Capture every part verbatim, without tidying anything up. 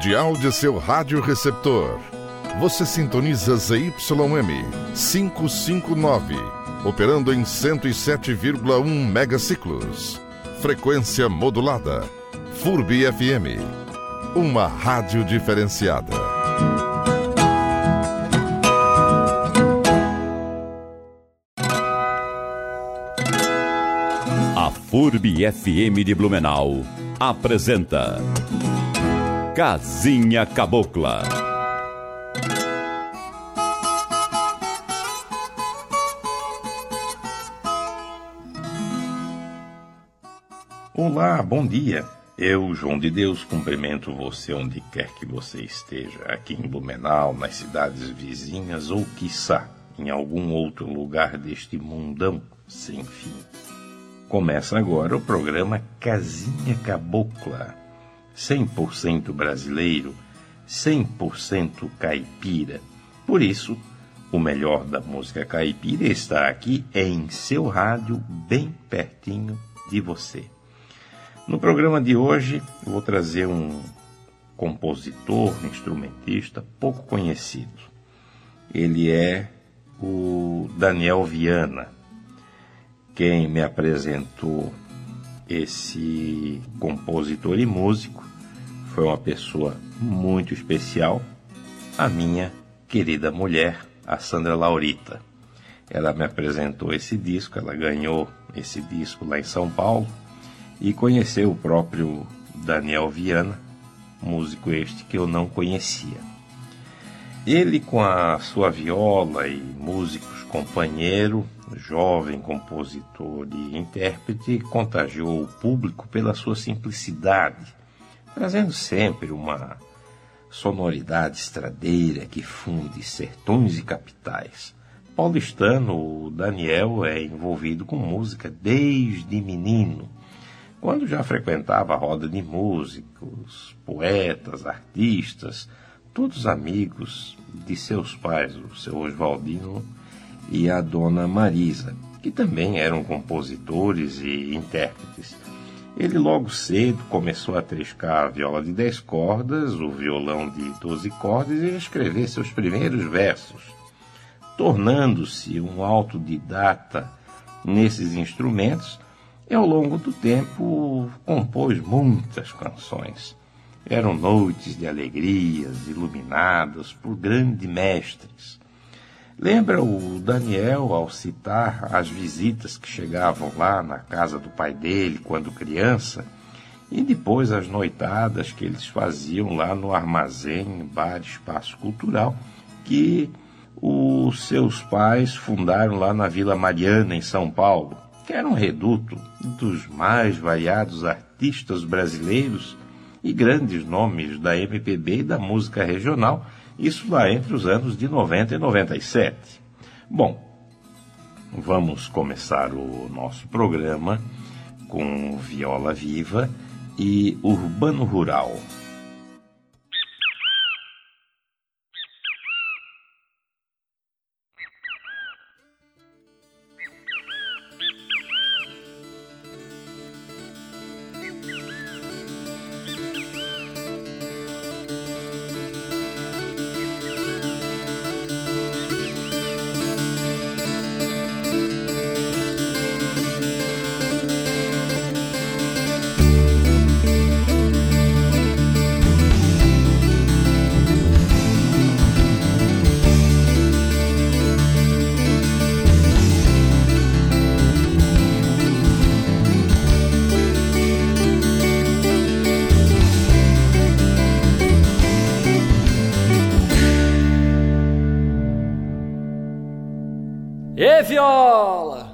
dial de seu rádio receptor. Você sintoniza Z Y M quinhentos e cinquenta e nove, operando em cento e sete vírgula um megaciclos. Frequência modulada. F U R B F M. Uma rádio diferenciada. A F U R B F M de Blumenau apresenta Casinha Cabocla. Olá, bom dia. Eu, João de Deus, cumprimento você onde quer que você esteja, aqui em Blumenau, nas cidades vizinhas ou, quiçá, em algum outro lugar deste mundão sem fim. Começa agora o programa Casinha Cabocla, cem por cento brasileiro, cem por cento caipira. Por isso, o melhor da música caipira está aqui em seu rádio, bem pertinho de você. No programa de hoje, eu vou trazer um compositor, instrumentista pouco conhecido. Ele é o Daniel Viana. Quem me apresentou esse compositor e músico foi uma pessoa muito especial, a minha querida mulher, a Sandra Laurita. Ela me apresentou esse disco, ela ganhou esse disco lá em São Paulo, e conheceu o próprio Daniel Viana, músico este que eu não conhecia. Ele, com a sua viola e músicos companheiro, jovem compositor e intérprete, contagiou o público pela sua simplicidade, trazendo sempre uma sonoridade estradeira que funde sertões e capitais. Paulistano, o Daniel é envolvido com música desde menino, quando já frequentava a roda de músicos, poetas, artistas, todos amigos de seus pais, o seu Oswaldino e a dona Marisa, que também eram compositores e intérpretes. Ele logo cedo começou a triscar a viola de dez cordas, o violão de doze cordas e a escrever seus primeiros versos, tornando-se um autodidata nesses instrumentos. E ao longo do tempo compôs muitas canções. Eram noites de alegrias iluminadas por grandes mestres. Lembra o Daniel ao citar as visitas que chegavam lá na casa do pai dele quando criança e depois as noitadas que eles faziam lá no armazém, bar, espaço cultural que os seus pais fundaram lá na Vila Mariana, em São Paulo, que era um reduto dos mais variados artistas brasileiros e grandes nomes da M P B e da música regional, isso lá entre os anos de noventa e noventa e sete. Bom, vamos começar o nosso programa com Viola Viva e Urbano Rural. E viola!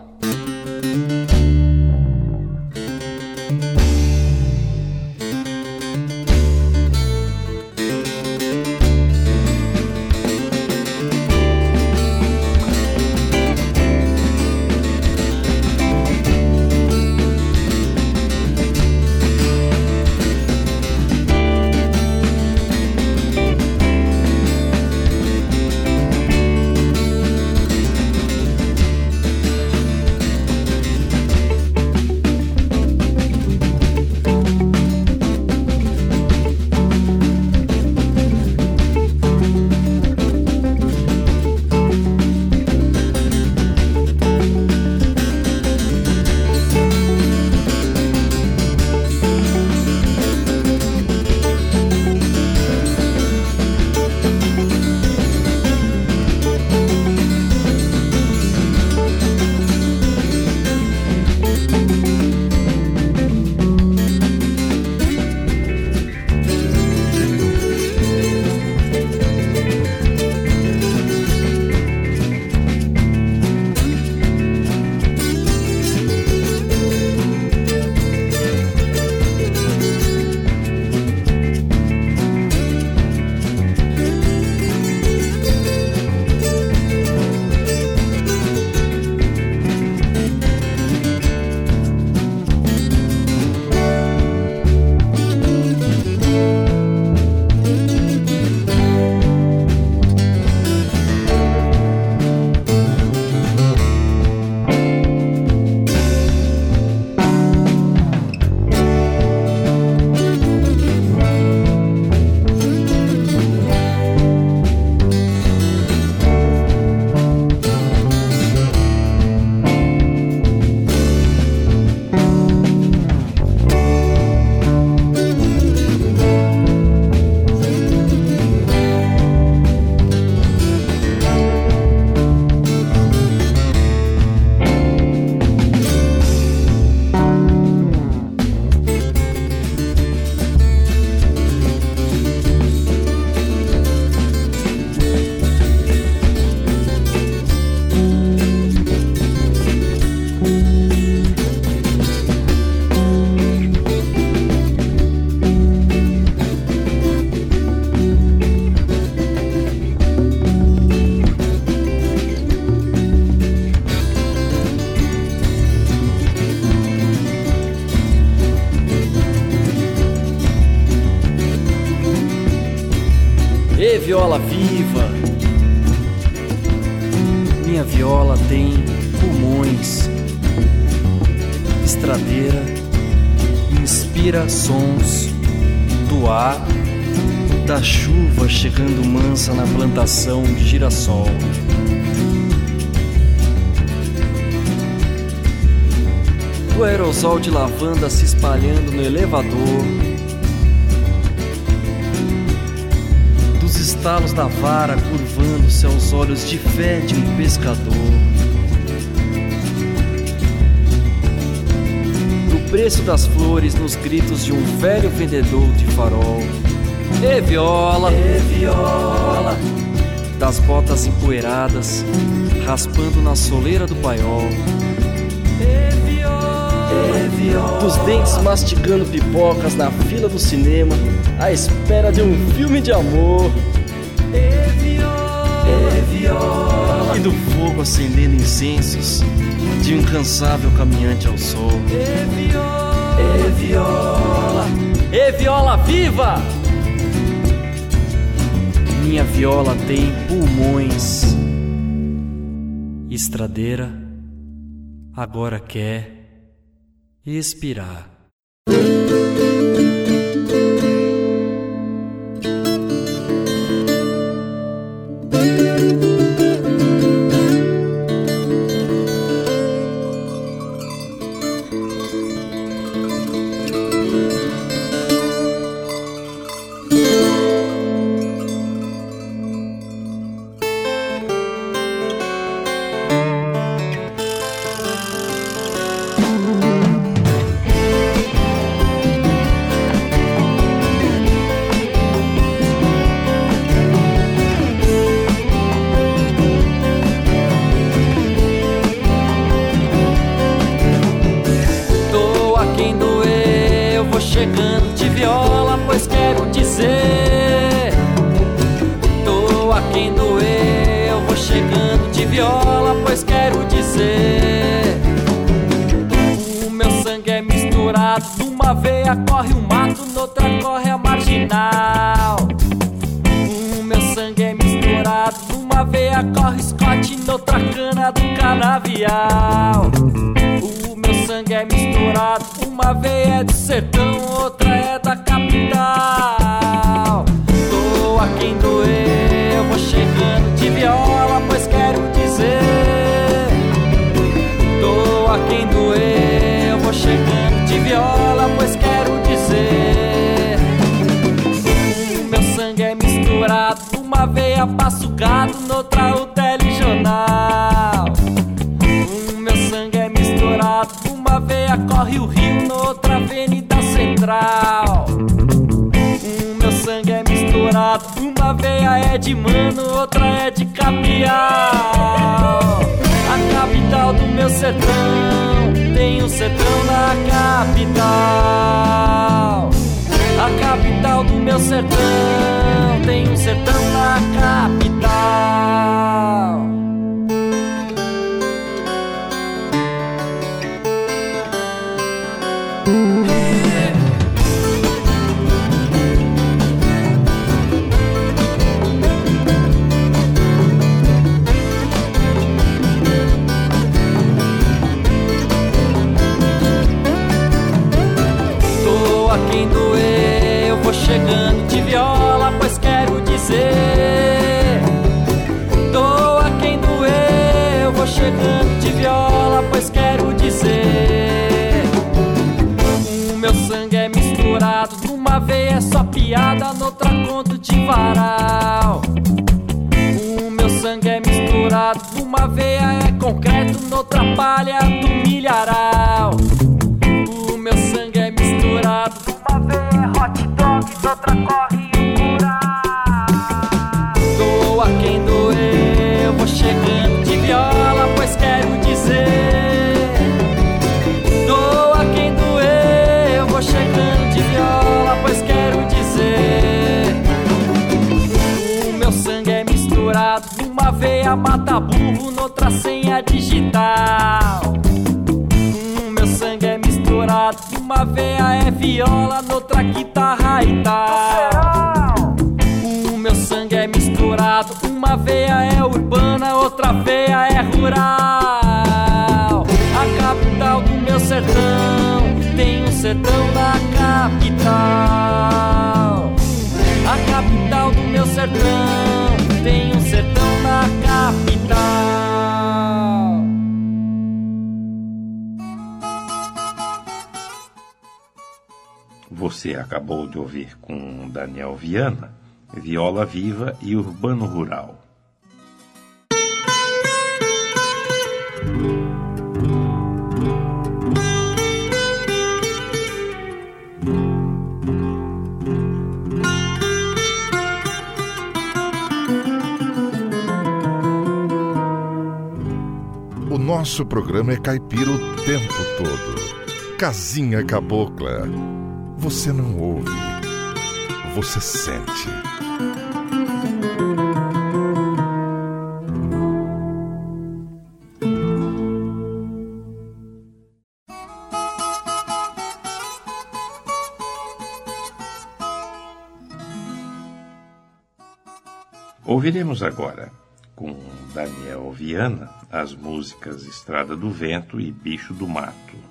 viola viva. Minha viola tem pulmões, estradeira, inspira sons do ar, da chuva chegando mansa na plantação de girassol. Do aerosol de lavanda se espalhando no elevador, dos estalos da vara curvando-se aos olhos de fé de um pescador, do preço das flores nos gritos de um velho vendedor de farol. E viola, e viola, das botas empoeiradas raspando na soleira do paiol. E viola, e viola, dos dentes mastigando pipocas na fila do cinema à espera de um filme de amor. E viola, e viola, e do fogo acendendo incensos de um incansável caminhante ao sol. E viola, e viola, e viola viva! Minha viola tem pulmões, estradeira, agora quer expirar. Chegando de viola, pois quero dizer, tô a quem doer. Eu vou chegando de viola, pois quero dizer, o meu sangue é misturado, numa veia corre o mato, noutra corre a marginal. O meu sangue é misturado, numa veia corre Scott, noutra cana do canavial. O meu sangue é misturado, uma veia é do sertão, outra é da capital. Tô a quem doer, eu vou chegando de viola, pois quero dizer, tô a quem doer, eu vou chegando de viola, pois quero dizer, o meu sangue é misturado, uma veia passo gado, noutra o telejornal. O meu sangue é misturado, uma veia corre o rio, noutra avenida central. O meu sangue é misturado, uma veia é de mano, outra é de capial. A capital do meu sertão tem um sertão na capital. A capital do meu sertão tem um sertão na capital. Tô a quem doer, eu vou chegando de viola, pois quero dizer, tô a quem doer, eu vou chegando de viola, pois quero dizer, o meu sangue é misturado, numa veia é só piada, noutra conto de varal. O meu sangue é misturado, numa veia é concreto, noutra palha do milharal. O meu sangue é misturado, numa veia é hot dog, noutra corre o curau. Tô a quem doer, eu vou chegando de viola, pois quero dizer, tô a quem doer, eu vou chegando de viola, pois quero dizer, o meu sangue é misturado, numa veia mata burro, noutra senha digital. O meu sangue é misturado, numa veia é viola, noutra guitarra e tal. O meu sangue é misturado. Uma veia é urbana, outra veia é rural. A capital do meu sertão tem um sertão na capital. A capital do meu sertão tem um sertão na capital. Você acabou de ouvir com Daniel Viana, Viola Viva e Urbano Rural. O nosso programa é caipira o tempo todo. Casinha Cabocla. Você não ouve, você sente. Ouviremos agora, com Daniel Viana, as músicas Estrada do Vento e Bicho do Mato.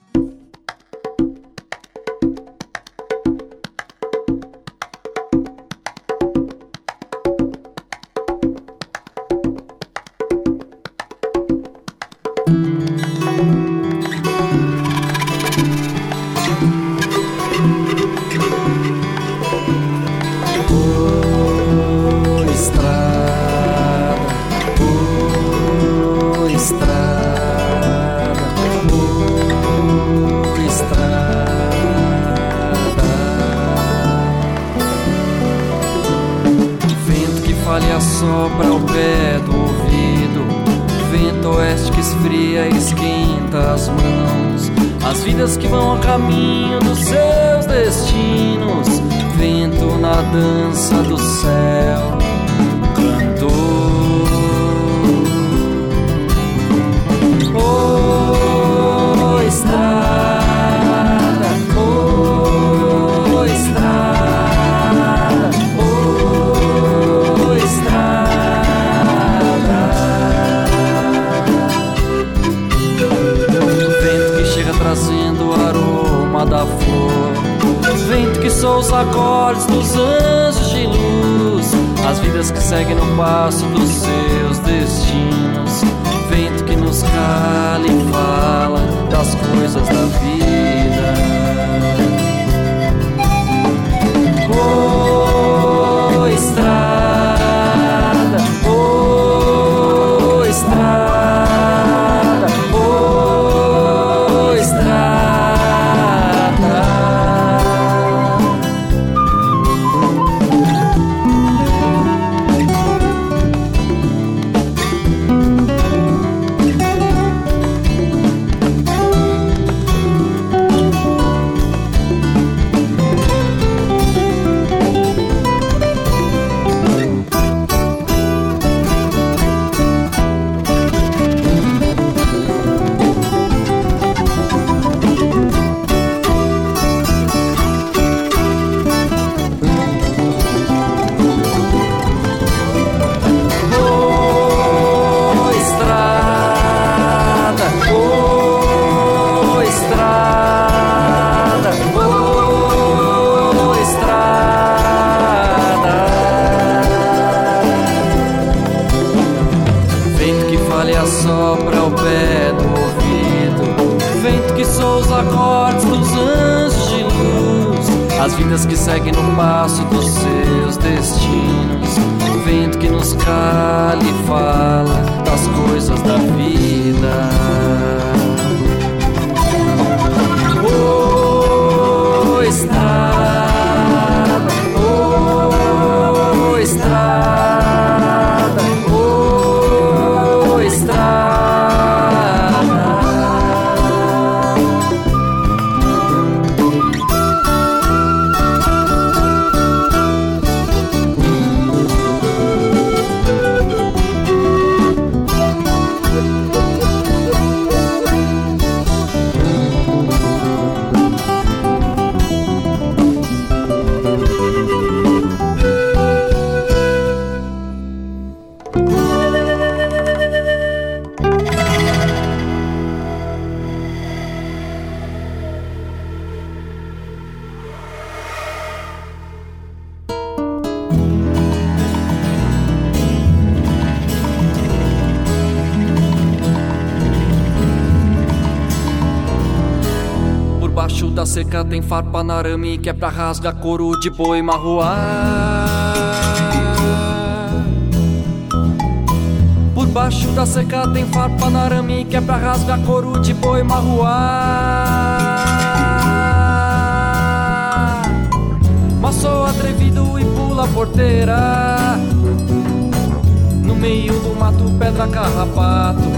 Sopra ao pé do ouvido, vento oeste que esfria e esquenta as mãos. As vidas que vão a caminho dos seus destinos, vento na dança do céu, cantor. Oh, estrada, oh, estrada, oh, estrada. Vento que chega trazendo o aroma da flor, vento que soa os acordes dos anjos de luz, as vidas que seguem no passo dos seus destinos, vento que nos cala e fala das coisas da vida. Oh, estrada, oh, estrada, oh, estrada. Sopra ao pé do ouvido, vento que soa os acordes dos anjos de luz, as vidas que seguem no passo dos seus destinos, vento que nos cala e fala das coisas da vida. Oh, estrada, oh, estrada, oh, estrada. da cerca tem farpa na arame que é pra rasgar couro de boi marroar. Por baixo da cerca tem farpa na arame que é pra rasgar couro de boi marroar. Mas sou atrevido e pula a porteira, no meio do mato, pedra, carrapato,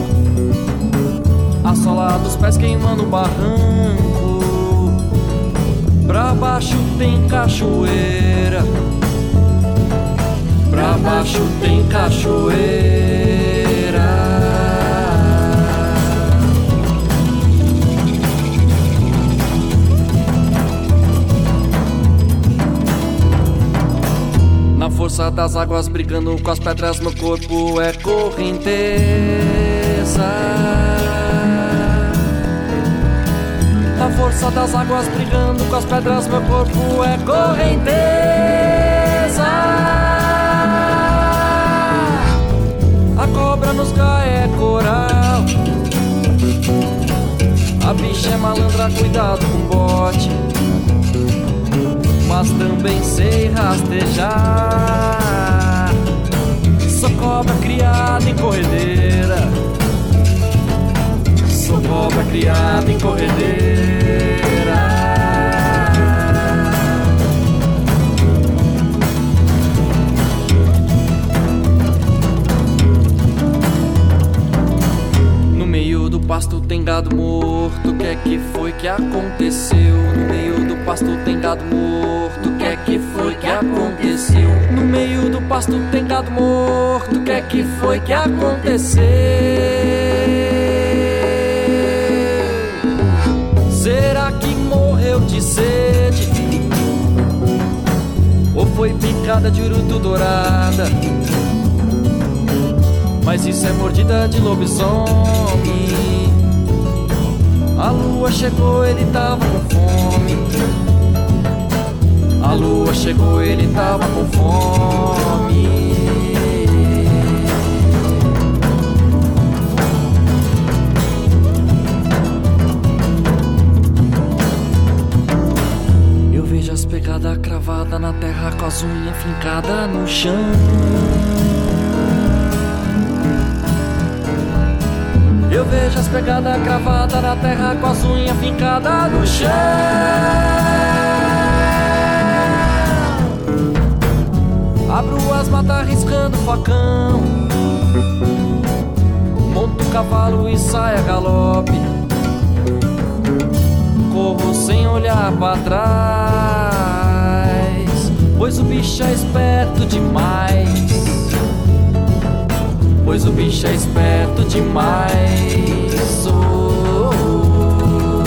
a sola dos pés queimando o barranco. Pra baixo tem cachoeira, pra baixo tem cachoeira. Na força das águas brigando com as pedras, meu corpo é correnteza. Na força das águas brigando com as pedras, meu corpo é correnteza. A cobra nos cai é coral, a bicha é malandra, cuidado com o bote, mas também sei rastejar. Sou cobra criada em corredeira, sou cobra criada em corredeira. No meio do pasto tem gado morto, que é que foi que aconteceu? No meio do pasto tem gado morto, que é que foi que aconteceu? No meio do pasto tem gado morto, que é que foi que aconteceu? Será que morreu de sede? Ou foi picada de urutu dourada? Mas isso é mordida de lobisomem. A lua chegou, ele tava com fome. A lua chegou, ele tava com fome. Eu vejo as pegadas cravadas na terra com as unhas fincadas no chão. Eu vejo as pegadas cravadas na terra com as unhas fincadas no chão. Abro as matas riscando facão, monto o cavalo e saio a galope, corro sem olhar pra trás, pois o bicho é esperto demais. Pois o bicho é esperto demais. Oh, oh.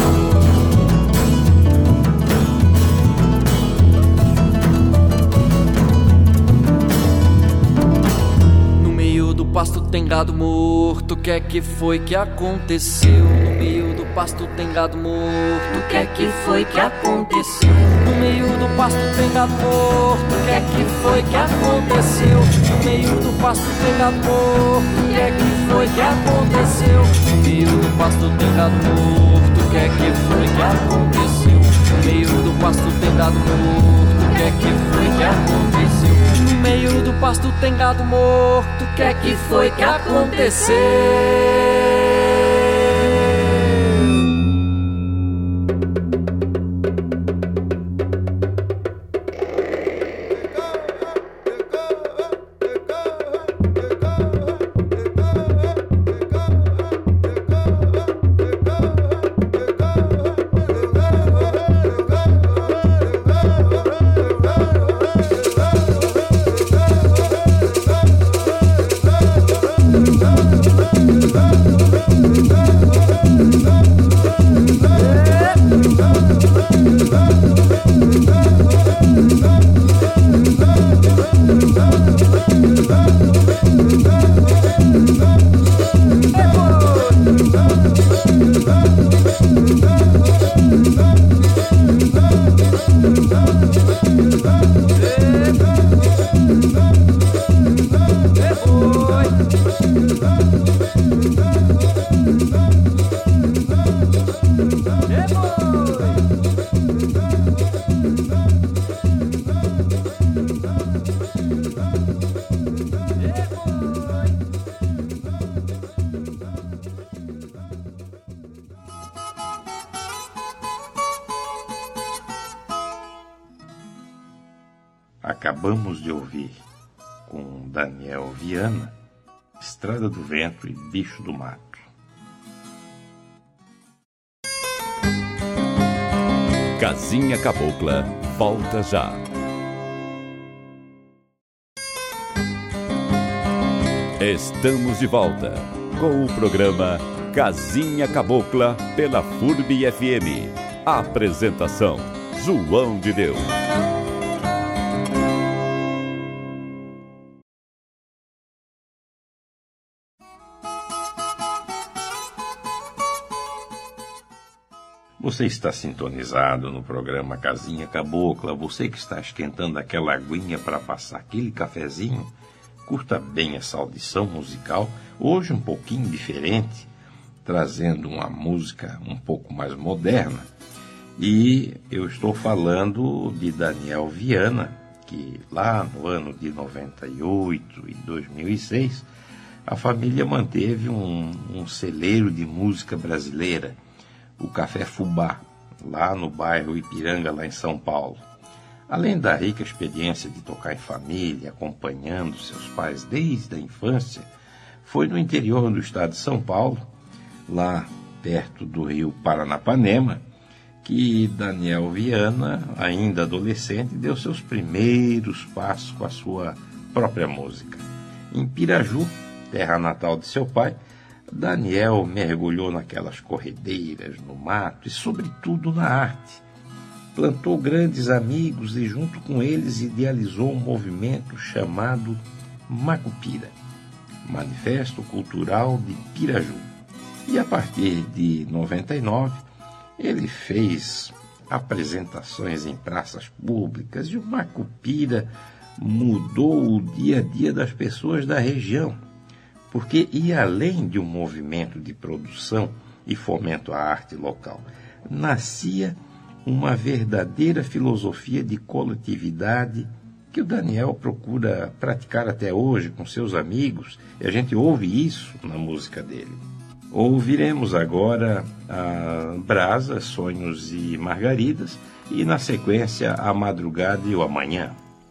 No meio do pasto tem gado morto, que é que foi que aconteceu? No meio do pasto tem gado morto, que é que foi que aconteceu? No meio do pasto tem gado morto, que é que foi que aconteceu? No meio do pasto tem gado morto, que é que foi que aconteceu? No meio do pasto tem gado morto, que é que foi que aconteceu? No meio do pasto tem gado morto, que é que foi que aconteceu? No meio do pasto tem gado morto, que é que foi que aconteceu? Bye. acabamos de ouvir, com Daniel Viana, Estrada do Vento e Bicho do Mato. Casinha Cabocla volta já. Estamos de volta com o programa Casinha Cabocla pela F U R B F M. Apresentação: João de Deus. Você está sintonizado no programa Casinha Cabocla, você que está esquentando aquela aguinha para passar aquele cafezinho, curta bem essa audição musical, hoje um pouquinho diferente, trazendo uma música um pouco mais moderna. E eu estou falando de Daniel Viana, que lá no ano de noventa e oito e dois mil e seis, a família manteve um, um celeiro de música brasileira, o Café Fubá, lá no bairro Ipiranga, lá em São Paulo. Além da rica experiência de tocar em família, acompanhando seus pais desde a infância, foi no interior do estado de São Paulo, lá perto do rio Paranapanema, que Daniel Viana, ainda adolescente, deu seus primeiros passos com a sua própria música. Em Piraju, terra natal de seu pai, Daniel mergulhou naquelas corredeiras, no mato e, sobretudo, na arte. Plantou grandes amigos e, junto com eles, idealizou um movimento chamado Macupira, Manifesto Cultural de Piraju. E, a partir de noventa e nove, ele fez apresentações em praças públicas e o Macupira mudou o dia a dia das pessoas da região, porque ia além de um movimento de produção e fomento à arte local. Nascia uma verdadeira filosofia de coletividade que o Daniel procura praticar até hoje com seus amigos, e a gente ouve isso na música dele. Ouviremos agora a Brasa, Sonhos e Margaridas, e na sequência A Madrugada e o Amanhã.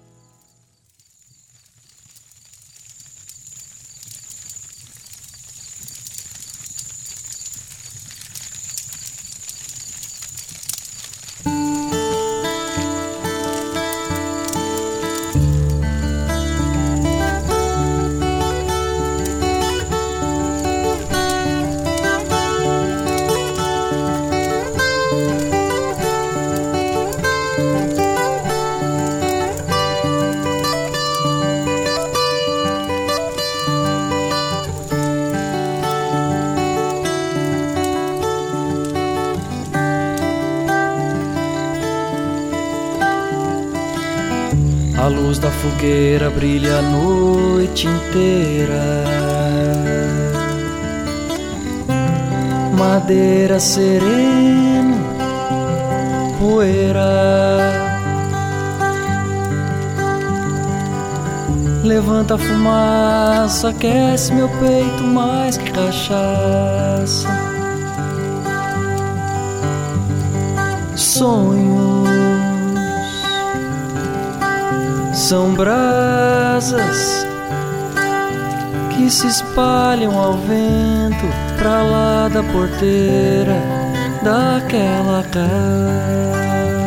A luz da fogueira brilha a noite inteira. Madeira, sereno, poeira. Levanta a fumaça, aquece meu peito mais que cachaça. Sonhos são brasas que se espalham ao vento pra lá da porteira daquela casa.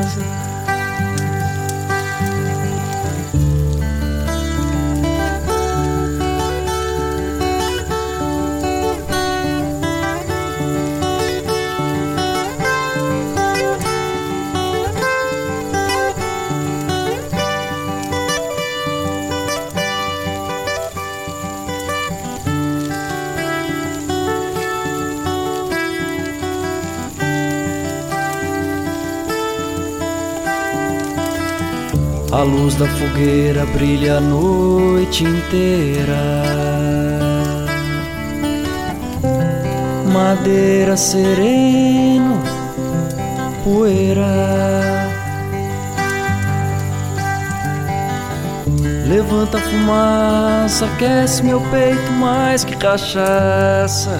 A luz da fogueira brilha a noite inteira. Madeira, sereno, poeira. Levanta a fumaça, aquece meu peito mais que cachaça.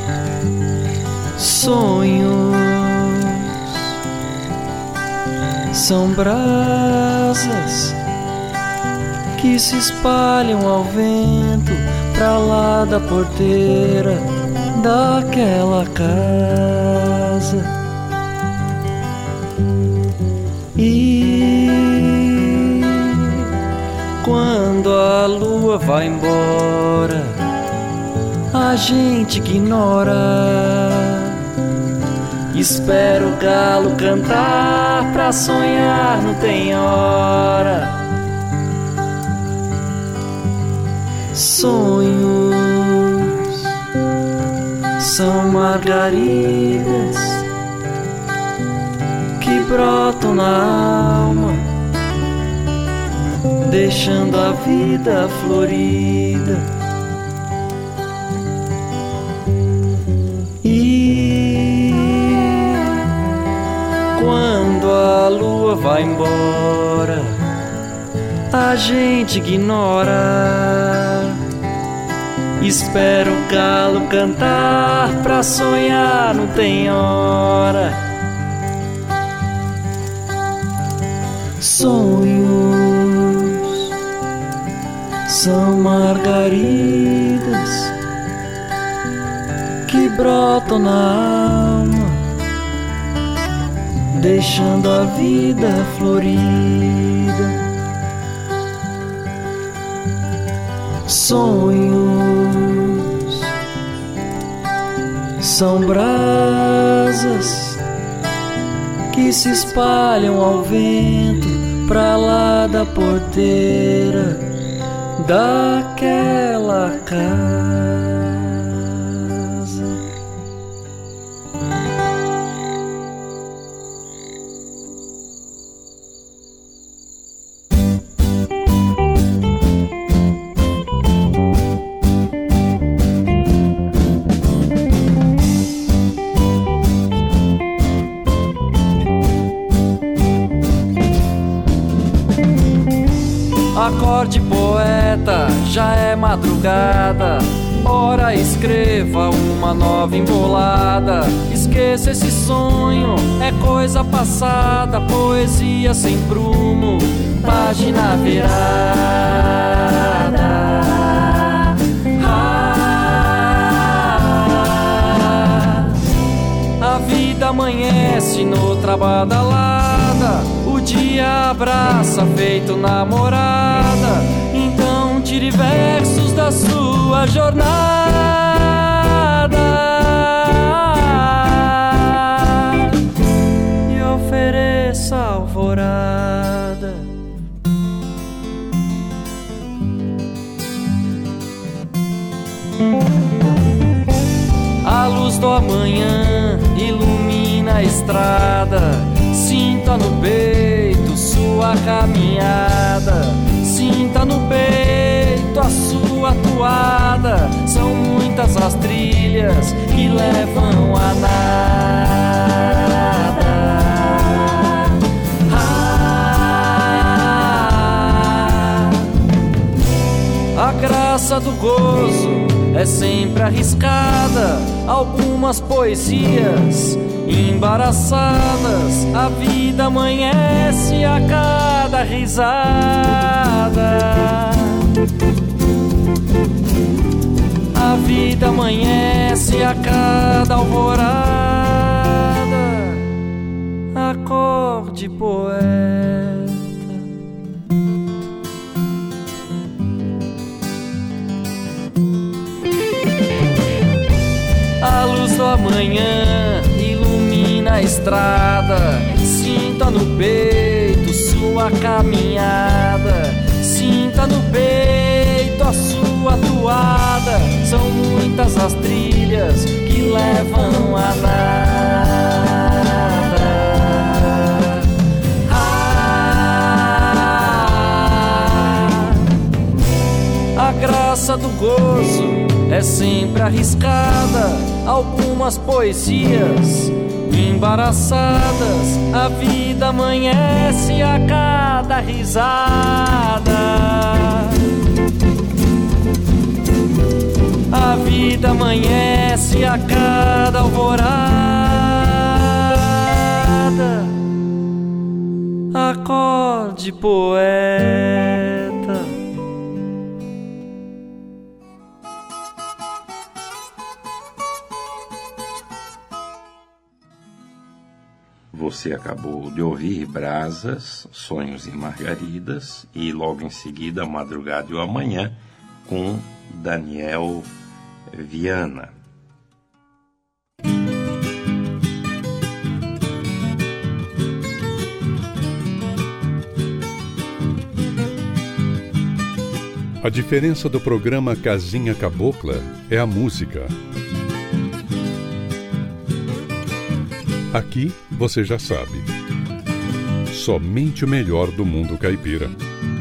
Sonhos São brasas que se espalham ao vento pra lá da porteira daquela casa. E quando a lua vai embora, a gente ignora. Espera o galo cantar, pra sonhar não tem hora. Sonhos são margaridas que brotam na alma, deixando a vida florida. E quando a lua vai embora, a gente ignora. Espera o galo cantar, pra sonhar não tem hora. Sonhos são margaridas que brotam na alma, deixando a vida florida. Sonhos são brasas que se espalham ao vento pra lá da porteira daquela casa. Acorde poeta, já é madrugada. Ora escreva uma nova embolada. Esqueça esse sonho, é coisa passada. Poesia sem prumo, página virada. Ah, a vida amanhece noutra badalada. O dia abraça feito namorada. Então tire versos da sua jornada e ofereça alvorada. A luz do amanhã ilumina a estrada. Sinta no peito sua caminhada. Sinta no peito a sua toada. São muitas as trilhas que levam a nada. Ah, a graça do gozo é sempre arriscada. Algumas poesias embaraçadas, a vida amanhece a cada risada. A vida amanhece a cada alvorada. Acorde poeta. A luz do amanhã ilumina a estrada. Sinta no peito sua caminhada. Sinta no peito a sua toada. São muitas as trilhas que levam a nada. Ah, a graça do gozo é sempre arriscada. Algumas poesias embaraçadas, a vida amanhece a cada risada. A vida amanhece a cada alvorada. acorde poeta. Você acabou de ouvir Brasas, Sonhos e Margaridas e logo em seguida Madrugada e o Amanhã com Daniel Viana. A diferença do programa Casinha Cabocla é a música. Aqui você já sabe. Somente o melhor do mundo caipira.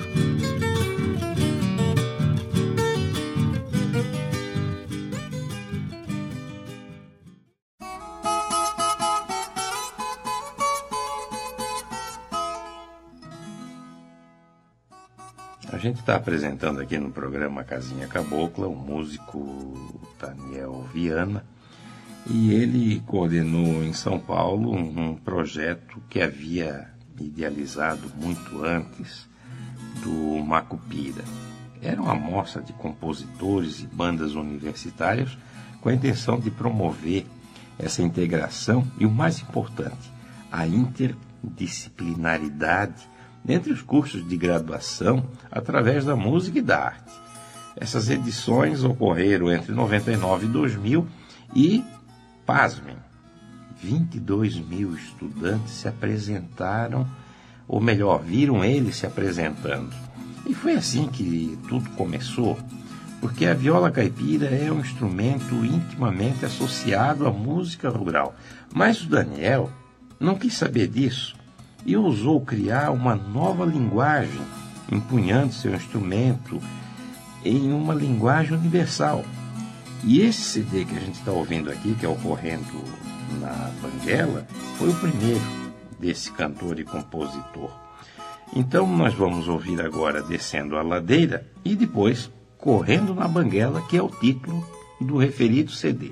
A gente está apresentando aqui no programa Casinha Cabocla o músico Daniel Viana, e ele coordenou em São Paulo um projeto que havia idealizado muito antes do Macupira. Era uma amostra de compositores e bandas universitárias com a intenção de promover essa integração e, o mais importante, a interdisciplinaridade entre os cursos de graduação através da música e da arte. Essas edições ocorreram entre noventa e nove e dois mil e, pasmem, vinte e dois mil estudantes se apresentaram, ou melhor, viram eles se apresentando. E foi assim que tudo começou, porque a viola caipira é um instrumento intimamente associado à música rural. Mas o Daniel não quis saber disso e ousou criar uma nova linguagem, empunhando seu instrumento em uma linguagem universal. E esse C D que a gente está ouvindo aqui, que é o Correndo na Banguela, foi o primeiro desse cantor e compositor. Então nós vamos ouvir agora Descendo a Ladeira e depois Correndo na Banguela, que é o título do referido C D.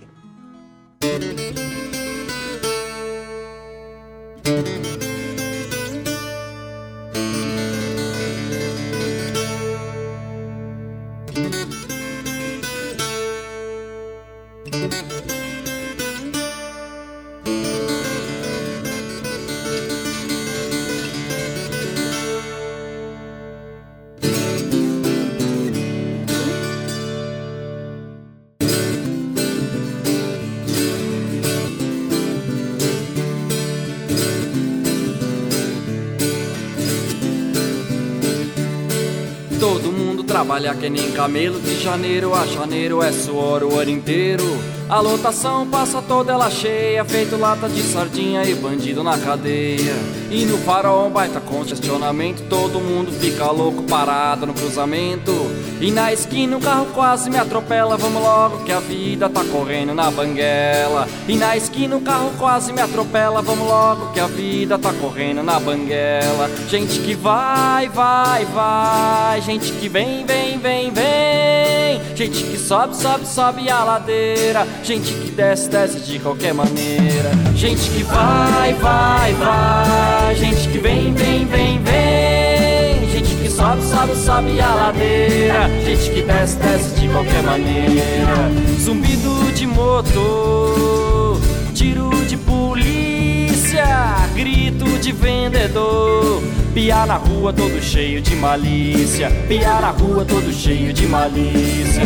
Trabalha que nem camelo, de janeiro a janeiro é suor o ano inteiro. A lotação passa toda ela cheia, feito lata de sardinha e bandido na cadeia. E no farol um baita congestionamento, todo mundo fica louco parado no cruzamento. E na esquina o carro quase me atropela, vamos logo que a vida tá correndo na banguela. E na esquina o carro quase me atropela, vamos logo que a vida tá correndo na banguela. Gente que vai, vai, vai, gente que vem, vem, vem, vem. Gente que sobe, sobe, sobe a ladeira, gente que desce, desce de qualquer maneira. Gente que vai, vai, vai, gente que vem, vem, vem, vem. Gente que sobe, sobe, sobe a ladeira, gente que desce, desce de qualquer maneira. Zumbido de motor, tiro de polícia, grito de vendedor. Piar na rua todo cheio de malícia, piar na rua todo cheio de malícia.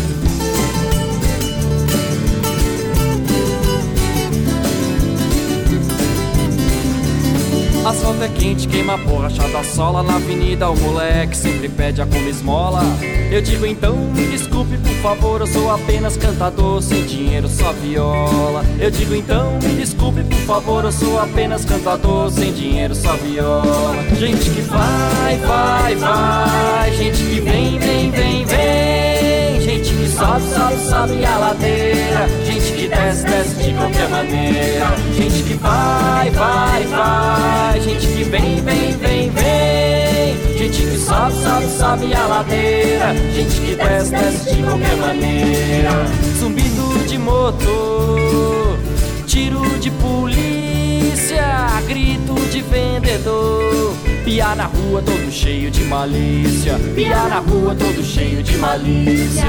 Asfalto é quente, queima a borracha da sola. Na avenida o moleque sempre pede a como esmola. Eu digo então, me desculpe por favor, eu sou apenas cantador, sem dinheiro só viola. Eu digo então, me desculpe por favor, eu sou apenas cantador, sem dinheiro só viola. Gente que vai, vai, vai, gente que vem, vem, vem, vem. Gente que sobe, sobe, sobe a ladeira, gente que desce, desce de qualquer maneira. Gente que vai, vai, vai, gente que vem, vem, vem, vem. Gente que sobe, sobe, sobe a ladeira, gente que desce, desce de qualquer maneira. Zumbido de motor, tiro de polícia, grito de vendedor. Piá na rua todo cheio de malícia, piá na rua todo cheio de malícia.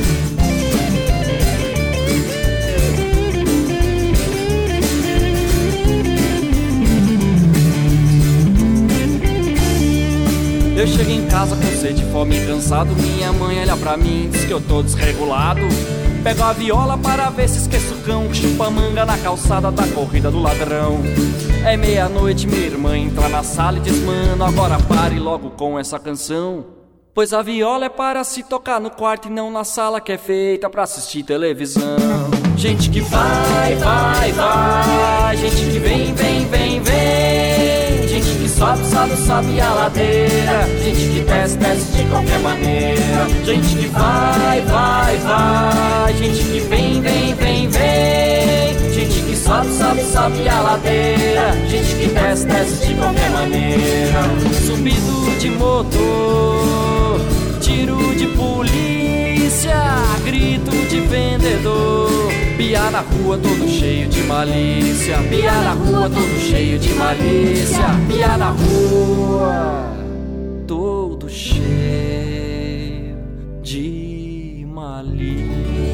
Eu chego em casa com sede, fome e cansado. Minha mãe olha pra mim, diz que eu tô desregulado. Pego a viola para ver se esqueço o cão que chupa manga na calçada da corrida do ladrão. É meia-noite, minha irmã entra na sala e diz: mano, agora pare logo com essa canção, pois a viola é para se tocar no quarto e não na sala que é feita pra assistir televisão. Gente que vai, vai, vai, gente que vem, vem, vem, vem, gente que sobe, sobe, sobe a ladeira, gente que desce, desce de qualquer maneira. Gente que vai, vai, vai, gente que vem, vem, vem, vem, gente que sobe, sobe, sobe a ladeira, gente que desce, desce de qualquer maneira. Subido de motor, tiro de polícia, grito de vendedor, piá na rua todo cheio de malícia, piá na rua todo cheio de malícia, piá na rua todo cheio de malícia.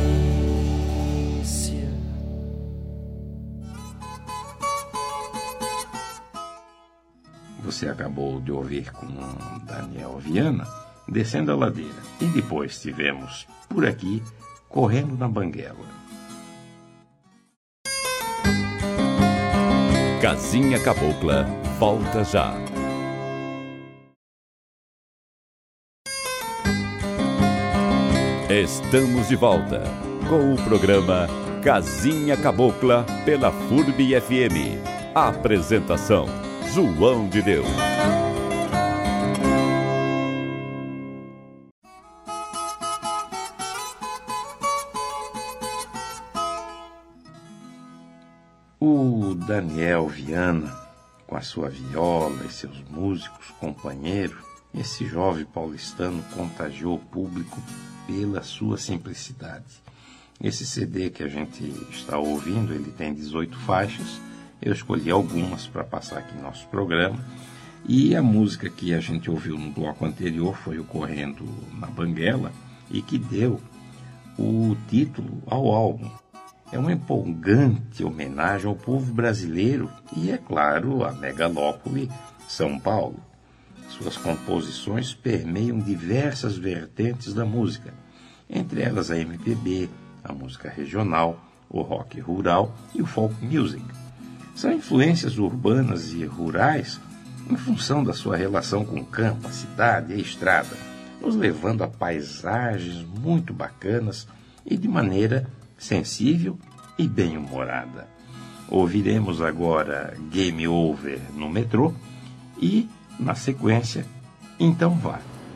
Você acabou de ouvir com Daniel Viana, Descendo a Ladeira, e depois tivemos Por Aqui, Correndo na Banguela. Casinha Cabocla volta já. Estamos de volta com o programa Casinha Cabocla pela F U R B F M. Apresentação: João de Deus. O Daniel Viana, com a sua viola e seus músicos companheiros, esse jovem paulistano contagiou o público pela sua simplicidade. Esse C D que a gente está ouvindo, ele tem dezoito faixas. Eu escolhi algumas para passar aqui no nosso programa. E a música que a gente ouviu no bloco anterior foi o Correndo na Banguela, e que deu o título ao álbum. É uma empolgante homenagem ao povo brasileiro e, é claro, à megalópole São Paulo. Suas composições permeiam diversas vertentes da música, entre elas a M P B, a música regional, o rock rural e o folk music. São influências urbanas e rurais em função da sua relação com o campo, a cidade e a estrada, nos levando a paisagens muito bacanas e de maneira sensível e bem-humorada. Ouviremos agora Game Over no Metrô e, na sequência, Então Vá.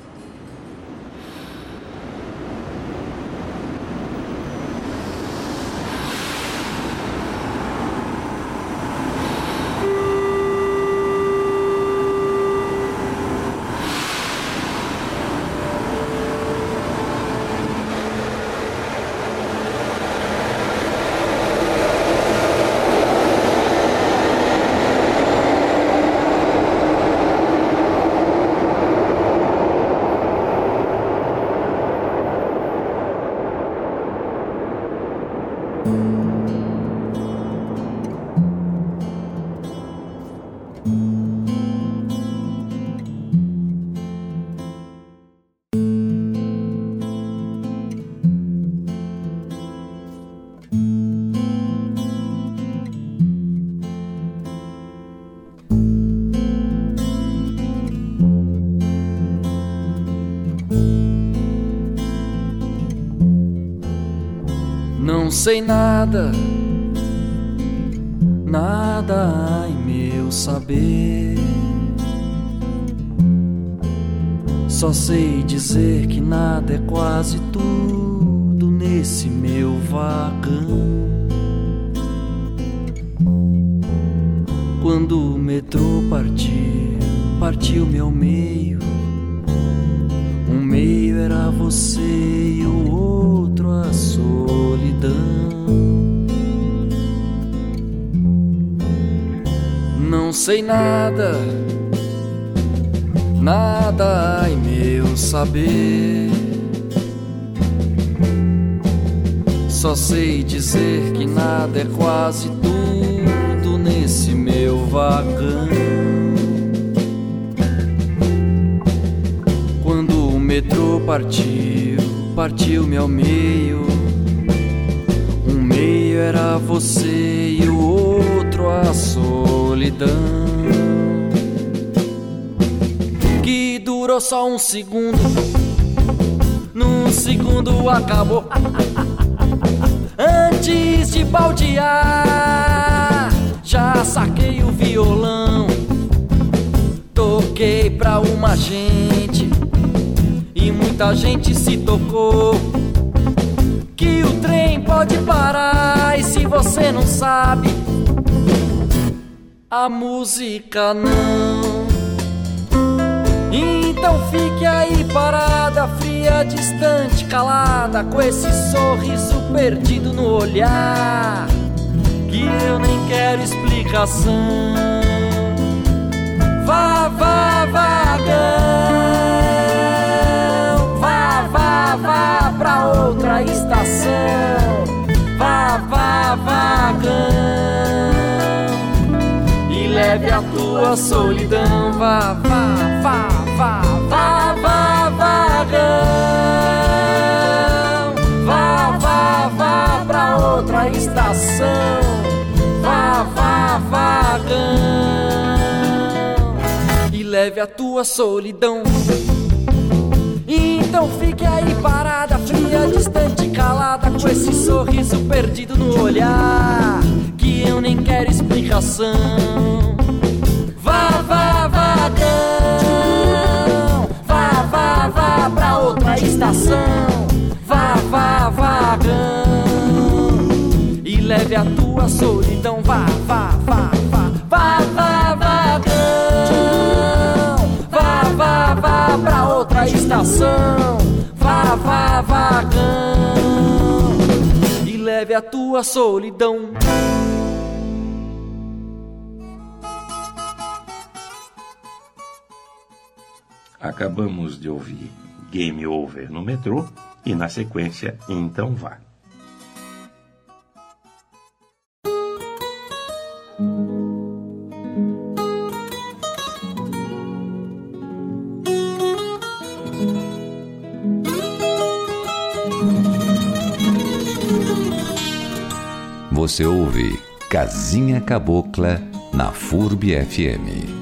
Não sei nada, nada há em meu saber. Só sei dizer que nada é quase tudo nesse meu vagão. Quando o metrô partiu, partiu meu meio. Um meio era você e o outro a solidão. Não sei nada, nada ai meu saber. Só sei dizer que nada é quase tudo nesse meu vagão. Quando o metrô partiu, partiu-me ao meio. Um meio era você e o outro a solidão, que durou só um segundo. Num segundo acabou. Antes de baldear, já saquei o violão, toquei pra uma gente e muita gente se tocou. Que o trem pode parar e se você não sabe, a música não. Então fique aí parada, fria, distante, calada, com esse sorriso perdido no olhar, que eu nem quero explicação. Vá, vá, vagão, vá, vá, vá pra outra estação. Vá, vá, vagão, e leve a tua solidão. Vá, vá, vá, vá, vá, vá, vagão. Vá, vá, vá pra outra estação. Vá, vá, vagão, e leve a tua solidão. Então fique aí parada, fria, distante, calada, com esse sorriso perdido no olhar, que eu nem quero explicação. Vá, vá, vagão, vá, vá, vá pra outra estação. Vá, vá, vagão, e leve a tua solidão. Vá, vá, vá, vá, vá, vá, vagão. Vá, vá, vá pra outra estação. Vá, vá, vagão, e leve a tua solidão. Acabamos de ouvir Game Over no metrô e, na sequência, Então Vá. Você ouve Casinha Cabocla na F U R B F M.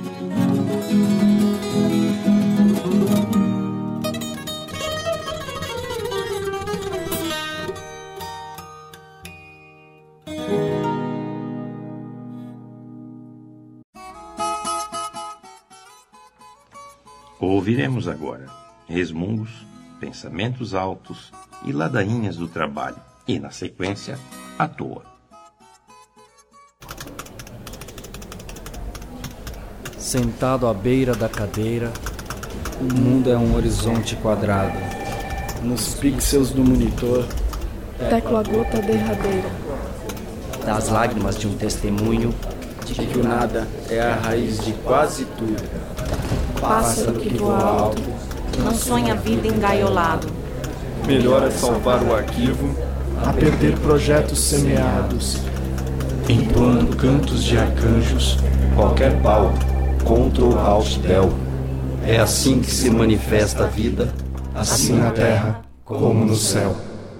Ouviremos agora resmungos, pensamentos altos e ladainhas do trabalho, e, na sequência, à toa. Sentado à beira da cadeira, o mundo é um horizonte quadrado. Nos pixels do monitor, tecla gota derradeira das lágrimas de um testemunho de que o nada é a raiz de quase tudo. Pássaro que voa alto não sonha a vida engaiolado. Melhor é salvar o arquivo a perder projetos semeados, entoando cantos de arcanjos, qualquer pau, Ctrl Alt Del. É assim que se manifesta a vida, assim na terra como no céu.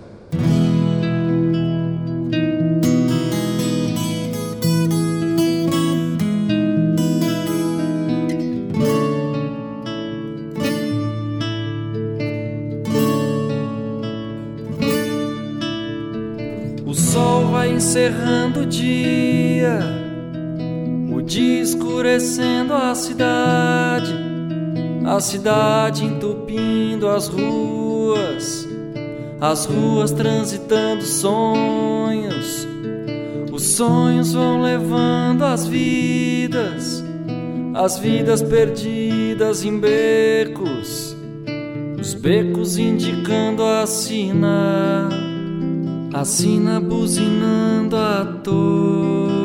encerrando o dia, o dia escurecendo a cidade, a cidade entupindo as ruas, as ruas transitando sonhos, os sonhos vão levando as vidas, as vidas perdidas em becos, os becos indicando a sina, a sina buzinando à toa.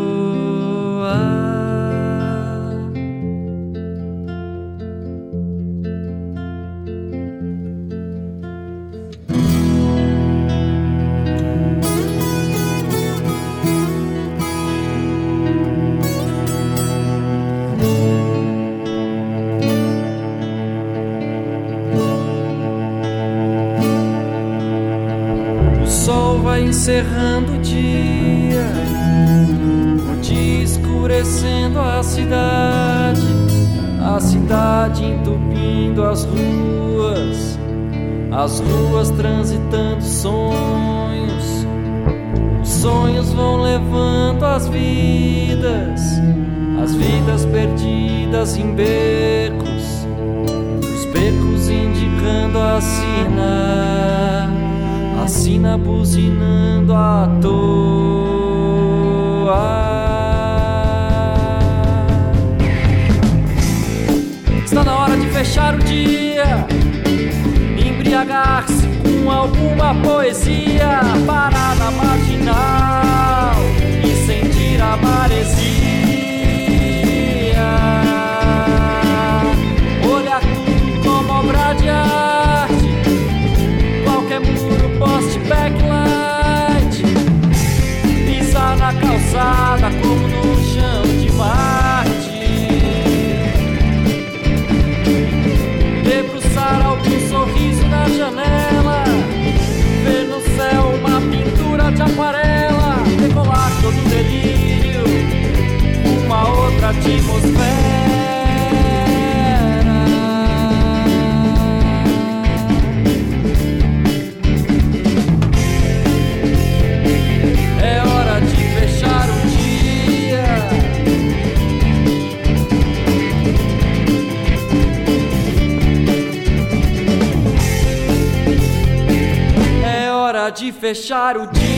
vai encerrando o dia, o dia escurecendo a cidade, a cidade entupindo as ruas, as ruas transitando sonhos, os sonhos vão levando as vidas, as vidas perdidas em becos, os becos indicando a sina, a sina buzinando à toa. Está na hora de fechar o dia, embriagar-se com alguma poesia, parar na marginal e sentir a maresia, olhar tudo como obra de arte, qualquer muro, poste, backlight, pisar na calçada como no chão de Marte, debruçar algum sorriso na janela, ver no céu uma pintura de aquarela, decolar todo delírio, uma outra atmosfera. É hora de fechar o dia, é hora de fechar o dia.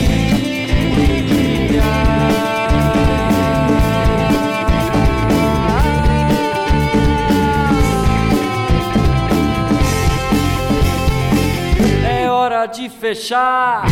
É hora de fechar.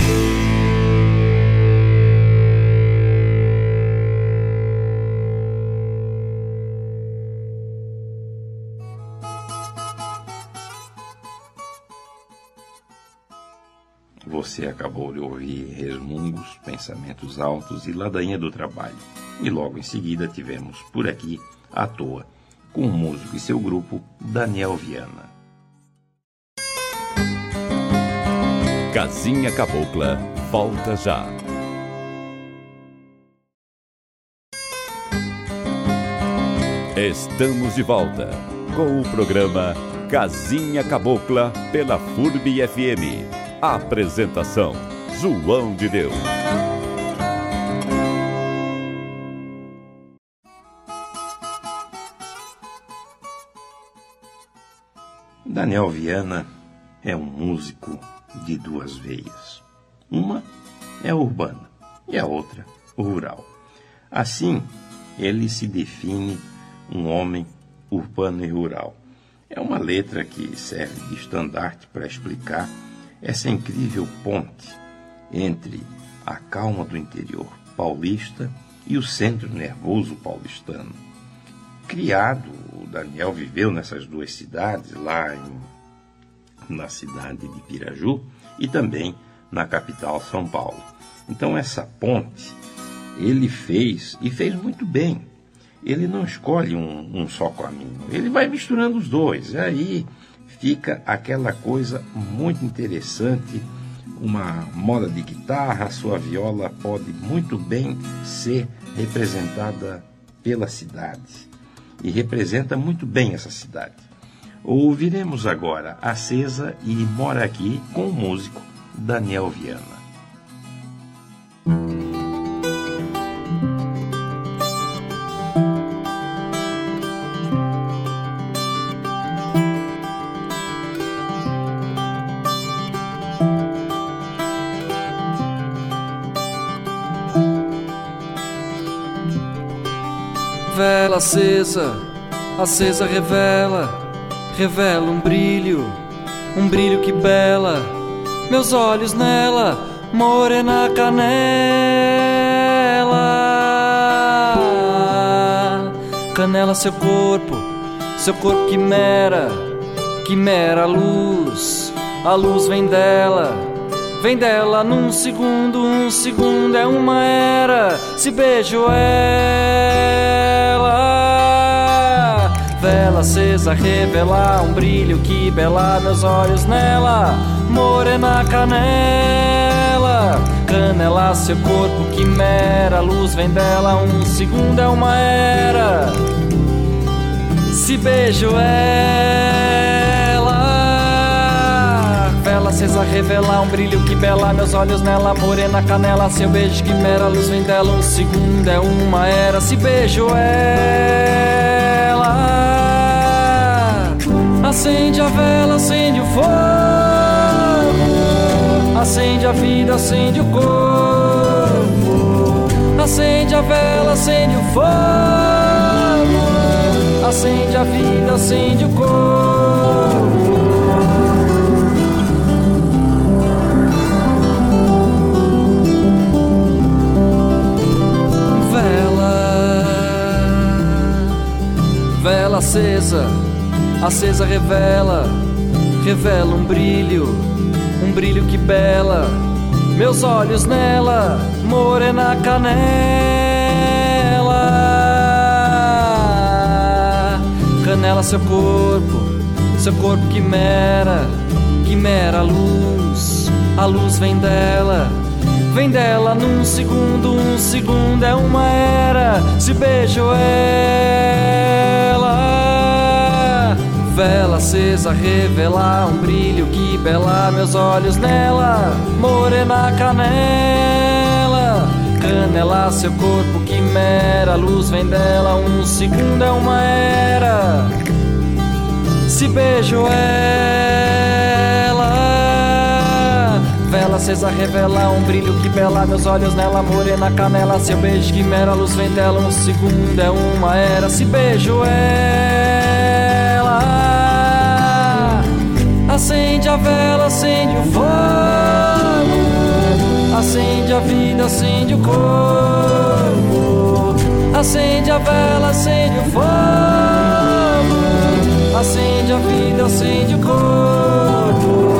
Você acabou de ouvir Resmungos, Pensamentos Altos e Ladainha do Trabalho. E logo em seguida tivemos Por Aqui, à Toa, com o músico e seu grupo Daniel Viana. Casinha Cabocla volta já. Estamos de volta com o programa Casinha Cabocla pela F U R B F M. Apresentação: João de Deus. Daniel Viana é um músico de duas veias. Uma é urbana e a outra rural. Assim, ele se define um homem urbano e rural. É uma letra que serve de estandarte para explicar essa incrível ponte entre a calma do interior paulista e o centro nervoso paulistano. Criado, o Daniel viveu nessas duas cidades, lá em, na cidade de Piraju e também na capital São Paulo. Então essa ponte ele fez e fez muito bem. Ele não escolhe um, um só caminho, ele vai misturando os dois, e aí fica aquela coisa muito interessante, uma moda de guitarra, a sua viola pode muito bem ser representada pela cidade, e representa muito bem essa cidade. Ouviremos agora Acesa e Mora Aqui com o músico Daniel Viana. Vela acesa, acesa revela, revela um brilho, um brilho que bela, meus olhos nela, morena canela, canela seu corpo, seu corpo quimera, quimera a luz, a luz vem dela, vem dela num segundo, um segundo é uma era, se beijo ela, vela acesa revela um brilho que bela, meus olhos nela, morena canela, Canela, seu corpo quimera, a luz vem dela, um segundo é uma era. Se beijo ela, vela acesa revelar um brilho que bela, meus olhos nela, morena canela, seu beijo quimera, a luz vem dela, um segundo é uma era. Se beijo ela, acende a vela, acende o fogo, acende a vida, acende o corpo, acende a vela, acende o fogo, acende a vida, acende o corpo. Vela, vela acesa, acesa revela, revela um brilho, um brilho que bela, meus olhos nela, morena canela. Canela, seu corpo, seu corpo quimera, quimera a luz, a luz vem dela, vem dela num segundo, um segundo é uma era. Se beijo ela, vela acesa revelar um brilho que bela, meus olhos nela, morena canela. Canela, seu corpo quimera, a luz vem dela, um segundo é uma era. Se beijo ela, vela acesa revela um brilho que bela, meus olhos nela, morena canela. Seu beijo quimera, a luz vem dela, um segundo é uma era. Se beijo ela, acende a vela, acende o fogo, acende a vida, acende o corpo, acende a vela, acende o fogo, acende a vida, acende o corpo.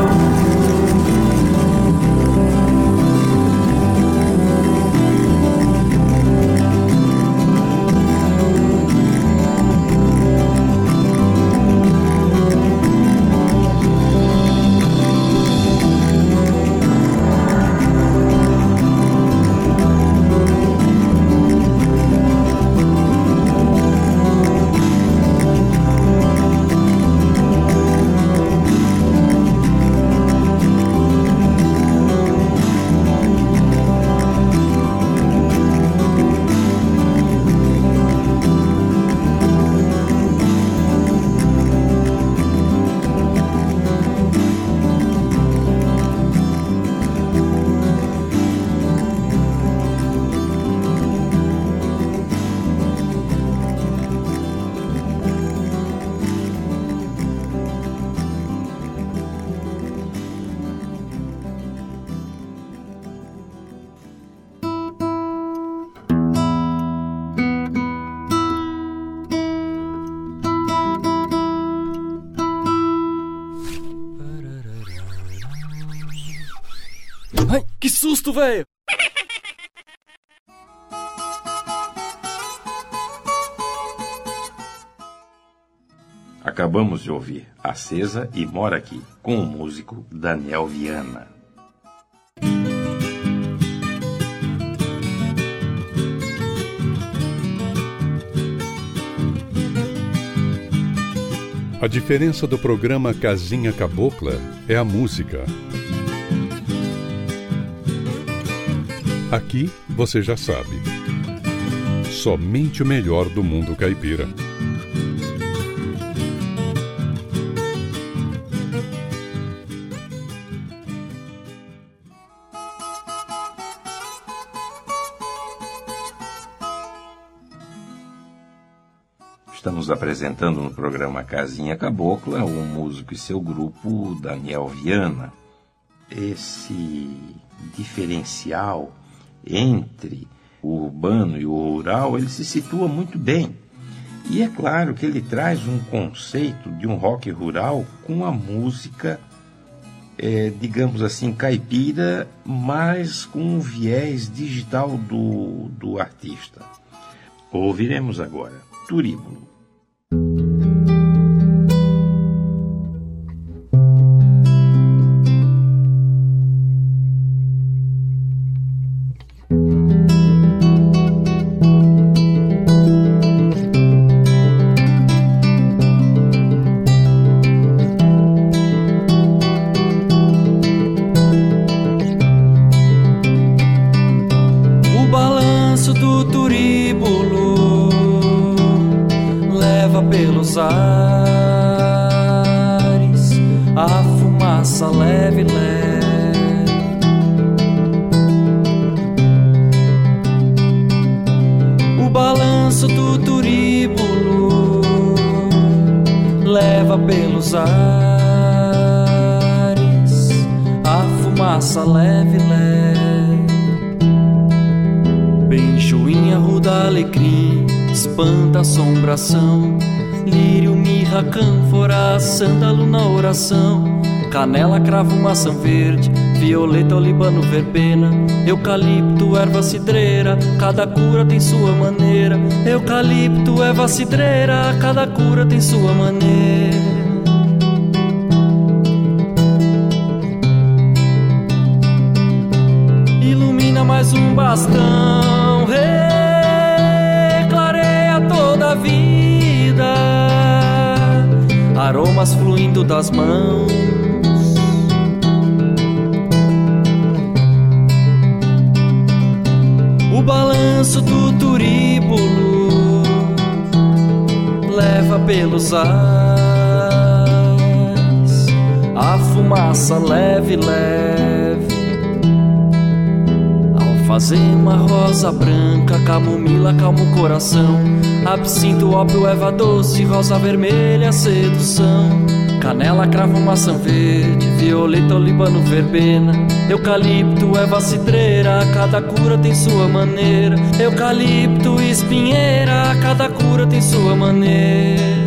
Ai, que susto, velho! Acabamos de ouvir Acesa e Mora Aqui, com o músico Daniel Viana. A diferença do programa Casinha Cabocla é a música. Aqui, você já sabe, somente o melhor do mundo caipira. Estamos apresentando no programa Casinha Cabocla o músico e seu grupo Daniel Viana. Esse diferencial entre o urbano e o rural, ele se situa muito bem. E é claro que ele traz um conceito de um rock rural com a música, é, digamos assim, caipira, mas com um viés digital do, do artista. Ouviremos agora Turíbulo. pelos ares, a fumaça leve, leve. O balanço do turíbulo leva pelos ares, a fumaça leve, leve. Benjoinha, ruda, alecrim, espanta, assombração, lírio, mirra, cânfora, sândalo na oração, canela, cravo, maçã verde, violeta, olibano, verbena, eucalipto, erva cidreira, cada cura tem sua maneira. Eucalipto, erva cidreira, cada cura tem sua maneira. Ilumina mais um bastão, reclareia toda a vida, aromas fluindo das mãos. O balanço do turíbulo leva pelos ares, a fumaça leve, leve. Alfazema, rosa branca, camomila, calma o coração, absinto, ópio, erva doce, rosa vermelha, sedução, canela, cravo, maçã verde, violeta, olibano, verbena, eucalipto, erva cidreira, cada cura tem sua maneira. Eucalipto, espinheira, cada cura tem sua maneira.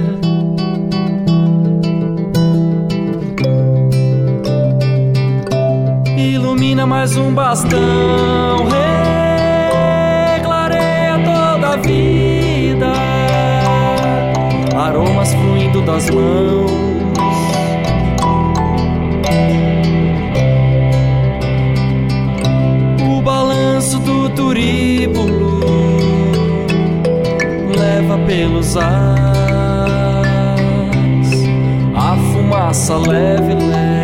Ilumina mais um bastão, reclareia toda a vida, aromas fluindo das mãos. O balanço do turíbulo leva pelos ares, a fumaça leve, leve.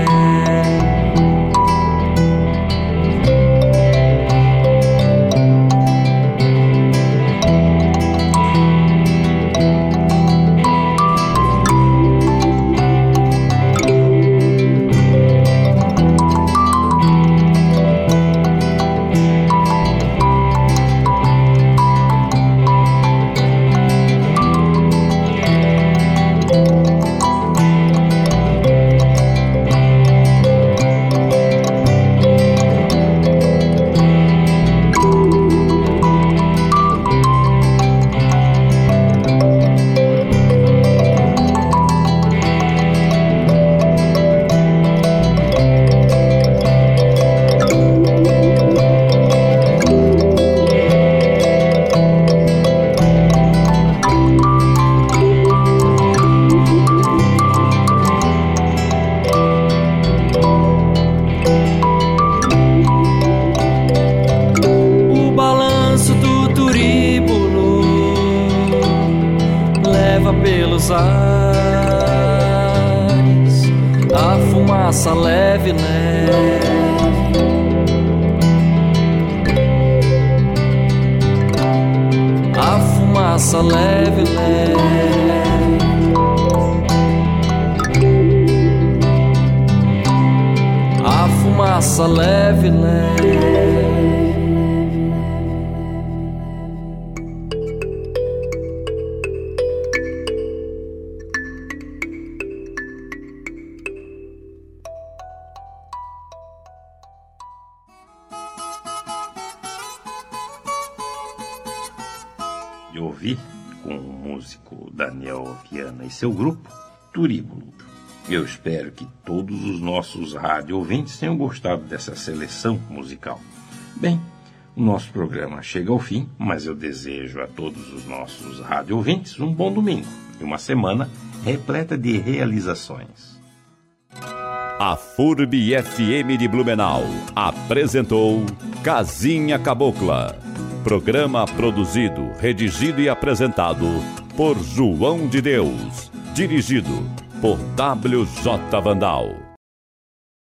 Pelos ares, a fumaça leve, leve. A fumaça leve, leve. A fumaça leve, leve. De ouvir com o músico Daniel Viana e seu grupo Turíbulo. Eu espero que todos os nossos rádio ouvintes tenham gostado dessa seleção musical. Bem, o nosso programa chega ao fim, mas eu desejo a todos os nossos rádio ouvintes um bom domingo e uma semana repleta de realizações. A F U R B F M de Blumenau apresentou Casinha Cabocla. Programa produzido, redigido e apresentado por João de Deus. Dirigido por W J Vandal.